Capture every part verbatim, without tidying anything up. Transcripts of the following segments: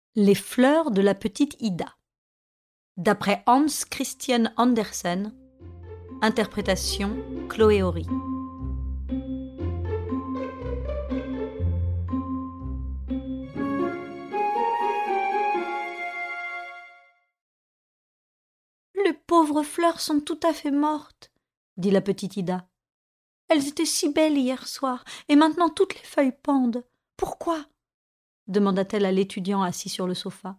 Les fleurs de la petite Ida. D'après Hans Christian Andersen. Interprétation Chloé Horry. Les pauvres fleurs sont tout à fait mortes, dit la petite Ida. Elles étaient si belles hier soir, et maintenant toutes les feuilles pendent. Pourquoi ? Demanda-t-elle à l'étudiant assis sur le sofa.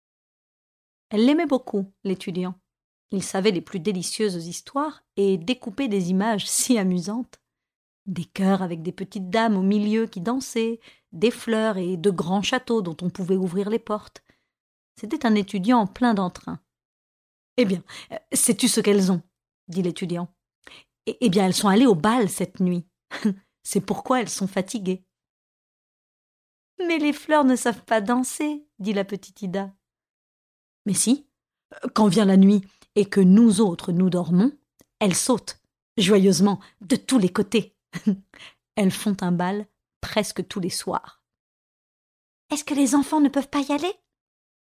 Elle l'aimait beaucoup, l'étudiant. Il savait les plus délicieuses histoires et découpait des images si amusantes. Des chœurs avec des petites dames au milieu qui dansaient, des fleurs et de grands châteaux dont on pouvait ouvrir les portes. C'était un étudiant plein d'entrain. « Eh bien, sais-tu ce qu'elles ont ?» dit l'étudiant. « Eh bien, elles sont allées au bal cette nuit. C'est pourquoi elles sont fatiguées. » « Mais les fleurs ne savent pas danser, » dit la petite Ida. « Mais si, quand vient la nuit et que nous autres nous dormons, elles sautent, joyeusement, de tous les côtés. Elles font un bal presque tous les soirs. »« Est-ce que les enfants ne peuvent pas y aller ?»« Si, »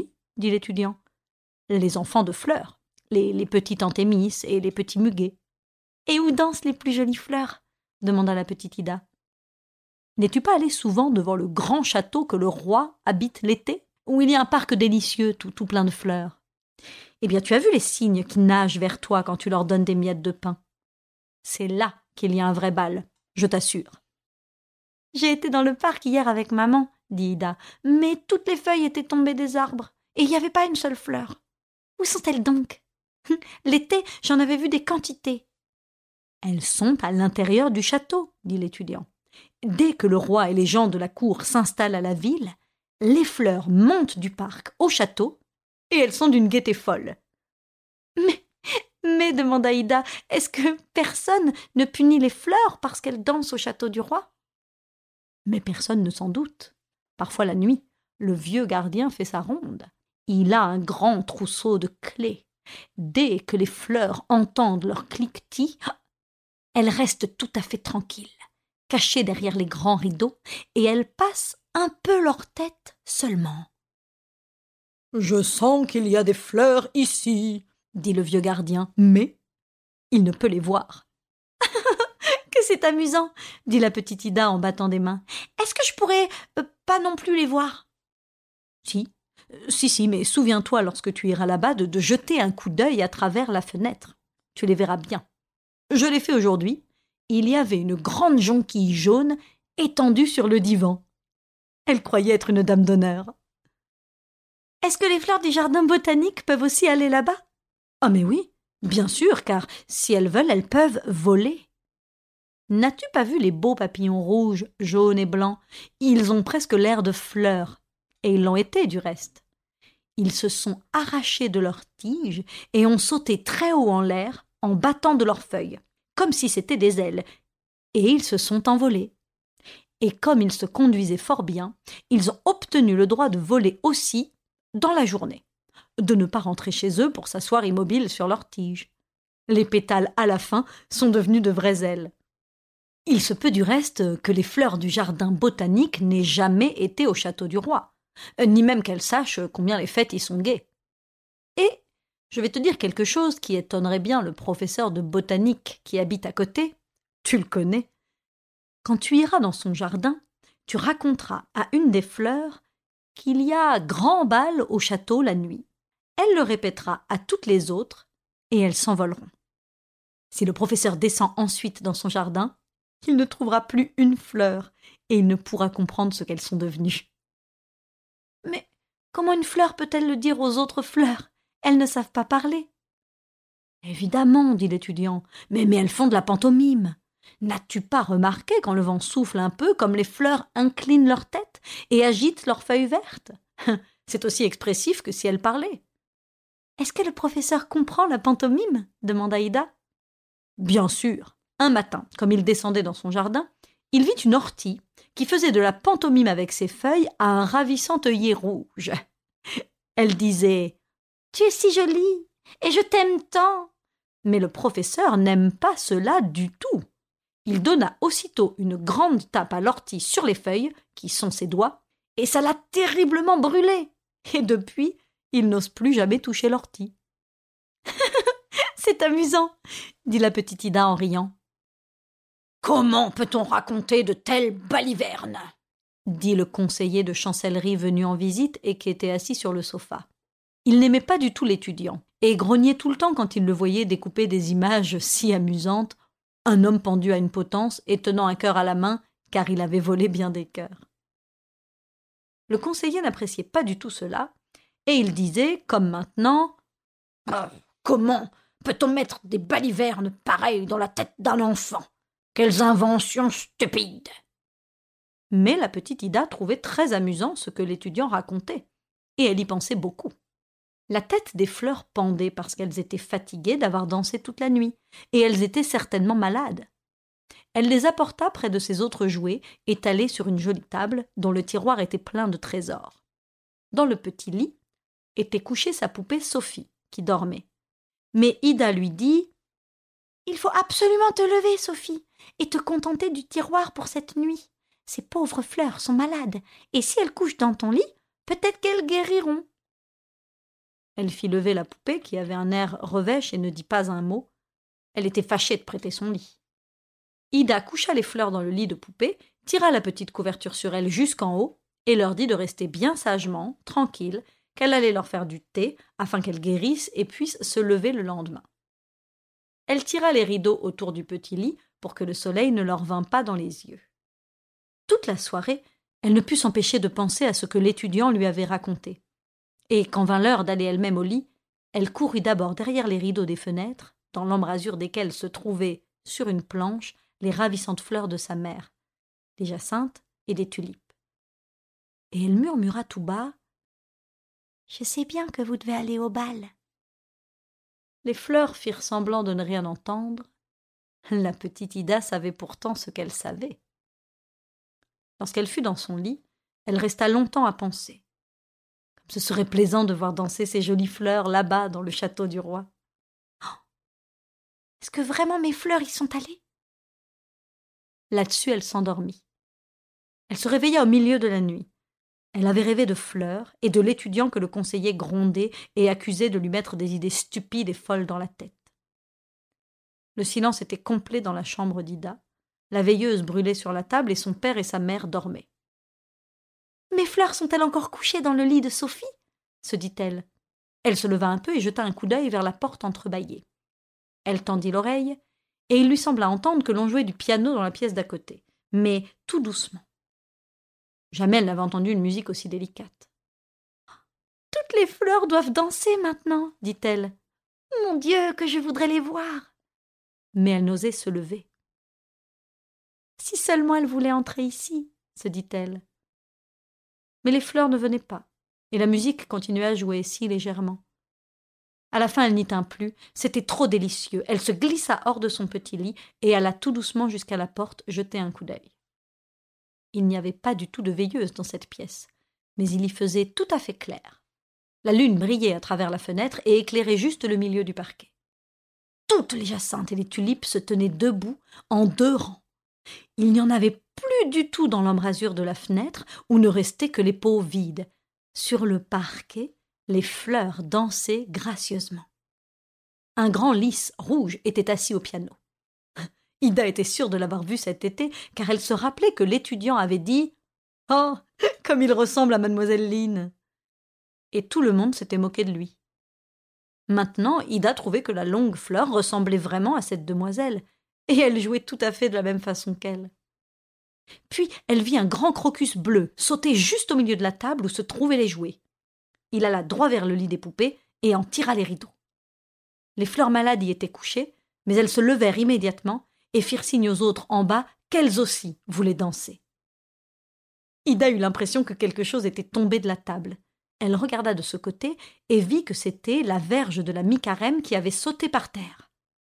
dit l'étudiant. « Les enfants de fleurs, les, les petits antémis et les petits muguets. »« Et où dansent les plus jolies fleurs ?» demanda la petite Ida. « N'es-tu pas allé souvent devant le grand château que le roi habite l'été, où il y a un parc délicieux tout, tout plein de fleurs ? Eh bien, tu as vu les cygnes qui nagent vers toi quand tu leur donnes des miettes de pain. C'est là qu'il y a un vrai bal, je t'assure. »« J'ai été dans le parc hier avec maman, » dit Ida, « mais toutes les feuilles étaient tombées des arbres, et il n'y avait pas une seule fleur. Où sont-elles donc ? L'été, j'en avais vu des quantités. »« Elles sont à l'intérieur du château, » dit l'étudiant. Dès que le roi et les gens de la cour s'installent à la ville, les fleurs montent du parc au château et elles sont d'une gaieté folle. « Mais, mais, demanda Ida, est-ce que personne ne punit les fleurs parce qu'elles dansent au château du roi ? » Mais personne ne s'en doute. Parfois la nuit, le vieux gardien fait sa ronde. Il a un grand trousseau de clés. Dès que les fleurs entendent leur cliquetis, elles restent tout à fait tranquilles, cachées derrière les grands rideaux, et elles passent un peu leur tête seulement. « Je sens qu'il y a des fleurs ici, » dit le vieux gardien, mais il ne peut les voir. « Que c'est amusant, » dit la petite Ida en battant des mains. « Est-ce que je pourrais euh, pas non plus les voir ?»« Si, si, si, mais souviens-toi lorsque tu iras là-bas de, de jeter un coup d'œil à travers la fenêtre. Tu les verras bien. Je l'ai fait aujourd'hui. Il y avait une grande jonquille jaune étendue sur le divan. Elle croyait être une dame d'honneur. »« Est-ce que les fleurs du jardin botanique peuvent aussi aller là-bas ? » ?»« Ah mais oui, bien sûr, car si elles veulent, elles peuvent voler. » »« N'as-tu pas vu les beaux papillons rouges, jaunes et blancs ? Ils ont presque l'air de fleurs, et ils l'ont été du reste. Ils se sont arrachés de leurs tiges et ont sauté très haut en l'air en battant de leurs feuilles, comme si c'étaient des ailes, et ils se sont envolés. Et comme ils se conduisaient fort bien, ils ont obtenu le droit de voler aussi dans la journée, de ne pas rentrer chez eux pour s'asseoir immobiles sur leurs tiges. Les pétales, à la fin, sont devenus de vraies ailes. Il se peut du reste que les fleurs du jardin botanique n'aient jamais été au château du roi, ni même qu'elles sachent combien les fêtes y sont gaies. Et je vais te dire quelque chose qui étonnerait bien le professeur de botanique qui habite à côté. Tu le connais. Quand tu iras dans son jardin, tu raconteras à une des fleurs qu'il y a grand bal au château la nuit. Elle le répétera à toutes les autres et elles s'envoleront. Si le professeur descend ensuite dans son jardin, il ne trouvera plus une fleur et il ne pourra comprendre ce qu'elles sont devenues. « Mais comment une fleur peut-elle le dire aux autres fleurs ? Elles ne savent pas parler. »« Évidemment, » dit l'étudiant, mais, mais elles font de la pantomime. N'as-tu pas remarqué quand le vent souffle un peu comme les fleurs inclinent leur tête et agitent leurs feuilles vertes ? C'est aussi expressif que si elles parlaient. »« Est-ce que le professeur comprend la pantomime ? » demanda Ida. « Bien sûr. Un matin, comme il descendait dans son jardin, il vit une ortie qui faisait de la pantomime avec ses feuilles à un ravissant œillet rouge. Elle disait « Tu es si jolie et je t'aime tant !» Mais le professeur n'aime pas cela du tout. Il donna aussitôt une grande tape à l'ortie sur les feuilles, qui sont ses doigts, et ça l'a terriblement brûlé. Et depuis, il n'ose plus jamais toucher l'ortie. « C'est amusant, » dit la petite Ida en riant. « Comment peut-on raconter de telles balivernes ?» dit le conseiller de chancellerie venu en visite et qui était assis sur le sofa. Il n'aimait pas du tout l'étudiant et grognait tout le temps quand il le voyait découper des images si amusantes, un homme pendu à une potence et tenant un cœur à la main car il avait volé bien des cœurs. Le conseiller n'appréciait pas du tout cela et il disait, comme maintenant, ah, « Comment peut-on mettre des balivernes pareilles dans la tête d'un enfant ? Quelles inventions stupides !» Mais la petite Ida trouvait très amusant ce que l'étudiant racontait, et elle y pensait beaucoup. La tête des fleurs pendait parce qu'elles étaient fatiguées d'avoir dansé toute la nuit, et elles étaient certainement malades. Elle les apporta près de ses autres jouets, étalés sur une jolie table dont le tiroir était plein de trésors. Dans le petit lit était couchée sa poupée Sophie, qui dormait. Mais Ida lui dit « Il faut absolument te lever, Sophie, et te contenter du tiroir pour cette nuit. Ces pauvres fleurs sont malades, et si elles couchent dans ton lit, peut-être qu'elles guériront. » Elle fit lever la poupée, qui avait un air revêche et ne dit pas un mot. Elle était fâchée de prêter son lit. Ida coucha les fleurs dans le lit de poupée, tira la petite couverture sur elles jusqu'en haut, et leur dit de rester bien sagement, tranquilles, qu'elle allait leur faire du thé, afin qu'elles guérissent et puissent se lever le lendemain. Elle tira les rideaux autour du petit lit, pour que le soleil ne leur vînt pas dans les yeux. Toute la soirée, elle ne put s'empêcher de penser à ce que l'étudiant lui avait raconté. Et quand vint l'heure d'aller elle-même au lit, elle courut d'abord derrière les rideaux des fenêtres, dans l'embrasure desquelles se trouvaient, sur une planche, les ravissantes fleurs de sa mère, des jacinthes et des tulipes. Et elle murmura tout bas « Je sais bien que vous devez aller au bal. » Les fleurs firent semblant de ne rien entendre. La petite Ida savait pourtant ce qu'elle savait. Lorsqu'elle fut dans son lit, elle resta longtemps à penser. Comme ce serait plaisant de voir danser ces jolies fleurs là-bas dans le château du roi. Oh, est-ce que vraiment mes fleurs y sont allées ? Là-dessus, elle s'endormit. Elle se réveilla au milieu de la nuit. Elle avait rêvé de fleurs et de l'étudiant que le conseiller grondait et accusait de lui mettre des idées stupides et folles dans la tête. Le silence était complet dans la chambre d'Ida. La veilleuse brûlait sur la table et son père et sa mère dormaient. « Mes fleurs sont-elles encore couchées dans le lit de Sophie ?» se dit-elle. Elle se leva un peu et jeta un coup d'œil vers la porte entrebâillée. Elle tendit l'oreille, et il lui sembla entendre que l'on jouait du piano dans la pièce d'à côté, mais tout doucement. Jamais elle n'avait entendu une musique aussi délicate. « Toutes les fleurs doivent danser maintenant, » dit-elle. « Mon Dieu, que je voudrais les voir !» Mais elle n'osait se lever. « Si seulement elle voulait entrer ici, » se dit-elle. Mais les fleurs ne venaient pas, et la musique continuait à jouer si légèrement. À la fin, elle n'y tint plus, c'était trop délicieux. Elle se glissa hors de son petit lit et alla tout doucement jusqu'à la porte jeter un coup d'œil. Il n'y avait pas du tout de veilleuse dans cette pièce, mais il y faisait tout à fait clair. La lune brillait à travers la fenêtre et éclairait juste le milieu du parquet. Toutes les jacinthes et les tulipes se tenaient debout en deux rangs. Il n'y en avait plus du tout dans l'embrasure de la fenêtre où ne restaient que les pots vides. Sur le parquet, les fleurs dansaient gracieusement. Un grand lys rouge était assis au piano. Ida était sûre de l'avoir vu cet été, car elle se rappelait que l'étudiant avait dit « Oh, comme il ressemble à mademoiselle Line !» Et tout le monde s'était moqué de lui. Maintenant, Ida trouvait que la longue fleur ressemblait vraiment à cette demoiselle, et elle jouait tout à fait de la même façon qu'elle. Puis elle vit un grand crocus bleu sauter juste au milieu de la table où se trouvaient les jouets. Il alla droit vers le lit des poupées et en tira les rideaux. Les fleurs malades y étaient couchées, mais elles se levèrent immédiatement et firent signe aux autres en bas qu'elles aussi voulaient danser. Ida eut l'impression que quelque chose était tombé de la table. Elle regarda de ce côté et vit que c'était la verge de la mi-carême qui avait sauté par terre.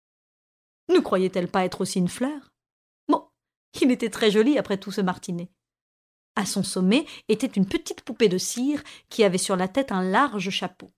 Ne croyait-elle pas être aussi une fleur ? Bon, il était très joli après tout ce martinet. À son sommet était une petite poupée de cire qui avait sur la tête un large chapeau.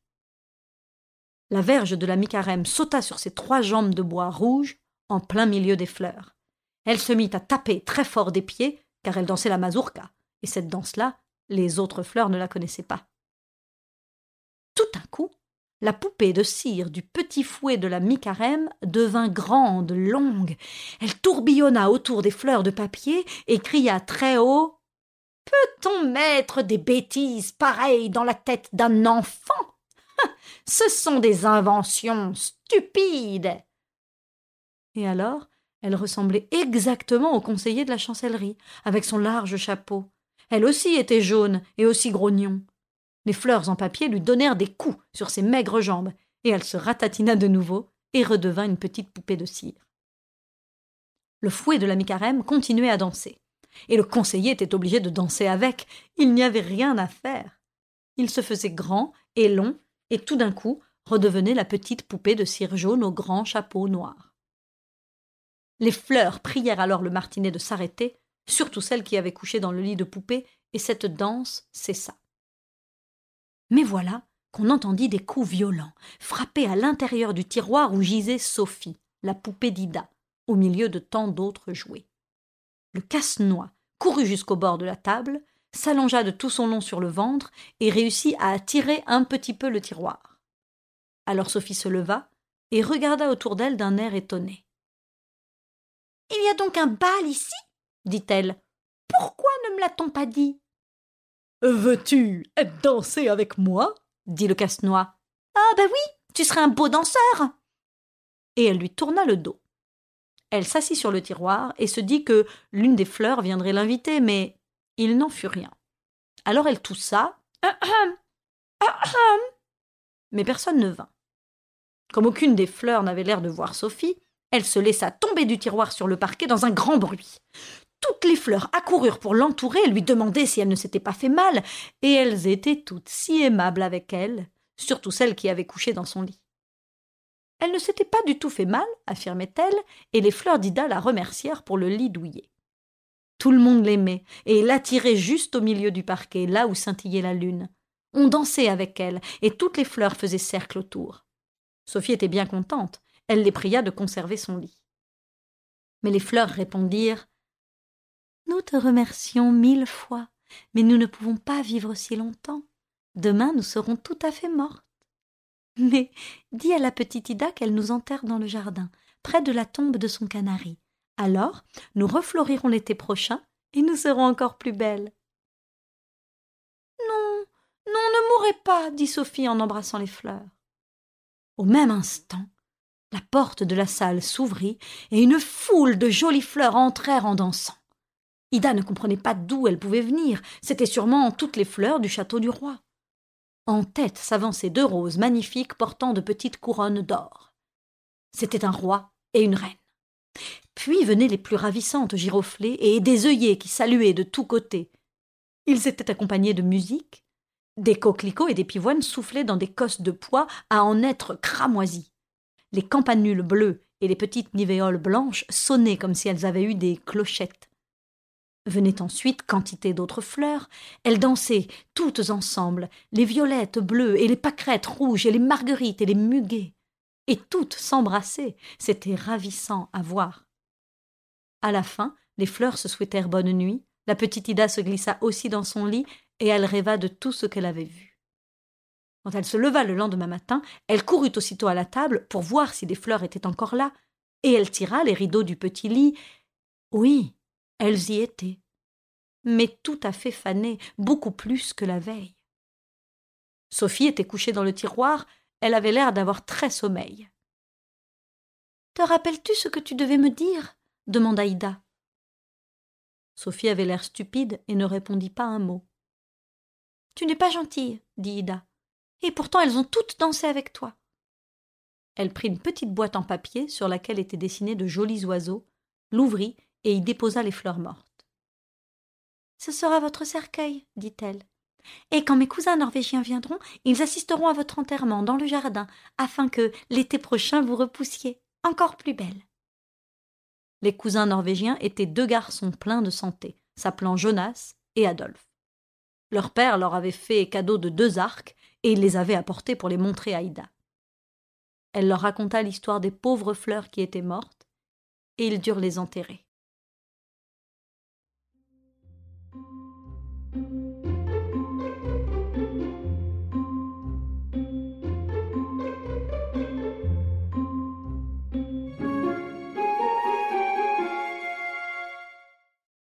La verge de la mi-carême sauta sur ses trois jambes de bois rouges en plein milieu des fleurs. Elle se mit à taper très fort des pieds, car elle dansait la mazurka, et cette danse-là Les autres fleurs ne la connaissaient pas. Tout d'un coup, la poupée de cire du petit fouet de la mi-carême devint grande, longue. Elle tourbillonna autour des fleurs de papier et cria très haut « Peut-on mettre des bêtises pareilles dans la tête d'un enfant ? Ce sont des inventions stupides !» Et alors, elle ressemblait exactement au conseiller de la chancellerie, avec son large chapeau. Elle aussi était jaune et aussi grognon. Les fleurs en papier lui donnèrent des coups sur ses maigres jambes, et elle se ratatina de nouveau et redevint une petite poupée de cire. Le fouet de la mi-carême continuait à danser, et le conseiller était obligé de danser avec. Il n'y avait rien à faire. Il se faisait grand et long, et tout d'un coup redevenait la petite poupée de cire jaune au grand chapeau noir. Les fleurs prièrent alors le martinet de s'arrêter, surtout celles qui avaient couché dans le lit de poupée, et cette danse cessa. Mais voilà qu'on entendit des coups violents, frapper à l'intérieur du tiroir où gisait Sophie, la poupée d'Ida, au milieu de tant d'autres jouets. Le casse-noix courut jusqu'au bord de la table, s'allongea de tout son long sur le ventre et réussit à tirer un petit peu le tiroir. Alors Sophie se leva et regarda autour d'elle d'un air étonné. « Il y a donc un bal ici ?» dit-elle. « Pourquoi ne me l'a-t-on pas dit ?»« Veux-tu danser avec moi ?» dit le casse-noix. « Ah ben oui, tu serais un beau danseur !» Et elle lui tourna le dos. Elle s'assit sur le tiroir et se dit que l'une des fleurs viendrait l'inviter, mais il n'en fut rien. Alors elle toussa, mais personne ne vint. Comme aucune des fleurs n'avait l'air de voir Sophie, elle se laissa tomber du tiroir sur le parquet dans un grand bruit. Toutes les fleurs accoururent pour l'entourer et lui demander si elle ne s'était pas fait mal, et elles étaient toutes si aimables avec elle, surtout celles qui avaient couché dans son lit. Elle ne s'était pas du tout fait mal, affirmait-elle, et les fleurs d'Ida la remercièrent pour le lit douillet. Tout le monde l'aimait, et l'attirait juste au milieu du parquet, là où scintillait la lune. On dansait avec elle, et toutes les fleurs faisaient cercle autour. Sophie était bien contente, elle les pria de conserver son lit. Mais les fleurs répondirent « Nous te remercions mille fois, mais nous ne pouvons pas vivre si longtemps. Demain, nous serons tout à fait mortes. Mais dis à la petite Ida qu'elle nous enterre dans le jardin, près de la tombe de son canari. Alors, nous refleurirons l'été prochain et nous serons encore plus belles. »« Non, non, ne mourrez pas, dit Sophie en embrassant les fleurs. Au même instant, la porte de la salle s'ouvrit et une foule de jolies fleurs entrèrent en dansant. Ida ne comprenait pas d'où elles pouvaient venir, c'étaient sûrement toutes les fleurs du château du roi. En tête s'avançaient deux roses magnifiques portant de petites couronnes d'or. C'était un roi et une reine. Puis venaient les plus ravissantes giroflées et des œillets qui saluaient de tous côtés. Ils étaient accompagnés de musique. Des coquelicots et des pivoines soufflaient dans des cosses de pois à en être cramoisis. Les campanules bleues et les petites nivéoles blanches sonnaient comme si elles avaient eu des clochettes. Venaient ensuite quantité d'autres fleurs. Elles dansaient toutes ensemble, les violettes bleues et les pâquerettes rouges et les marguerites et les muguets. Et toutes s'embrassaient. C'était ravissant à voir. À la fin, les fleurs se souhaitèrent bonne nuit. La petite Ida se glissa aussi dans son lit et elle rêva de tout ce qu'elle avait vu. Quand elle se leva le lendemain matin, elle courut aussitôt à la table pour voir si les fleurs étaient encore là, et elle tira les rideaux du petit lit. Oui, elles y étaient, mais tout à fait fanées, beaucoup plus que la veille. Sophie était couchée dans le tiroir, elle avait l'air d'avoir très sommeil. « Te rappelles-tu ce que tu devais me dire ?» demanda Ida. Sophie avait l'air stupide et ne répondit pas un mot. « Tu n'es pas gentille, » dit Ida, « et pourtant elles ont toutes dansé avec toi. » Elle prit une petite boîte en papier sur laquelle étaient dessinés de jolis oiseaux, l'ouvrit et y déposa les fleurs mortes. « Ce sera votre cercueil, dit-elle. Et quand mes cousins norvégiens viendront, ils assisteront à votre enterrement dans le jardin, afin que, l'été prochain, vous repoussiez, encore plus belle. » Les cousins norvégiens étaient deux garçons pleins de santé, s'appelant Jonas et Adolphe. Leur père leur avait fait cadeau de deux arcs et il les avait apportés pour les montrer à Ida. Elle leur raconta l'histoire des pauvres fleurs qui étaient mortes et ils durent les enterrer.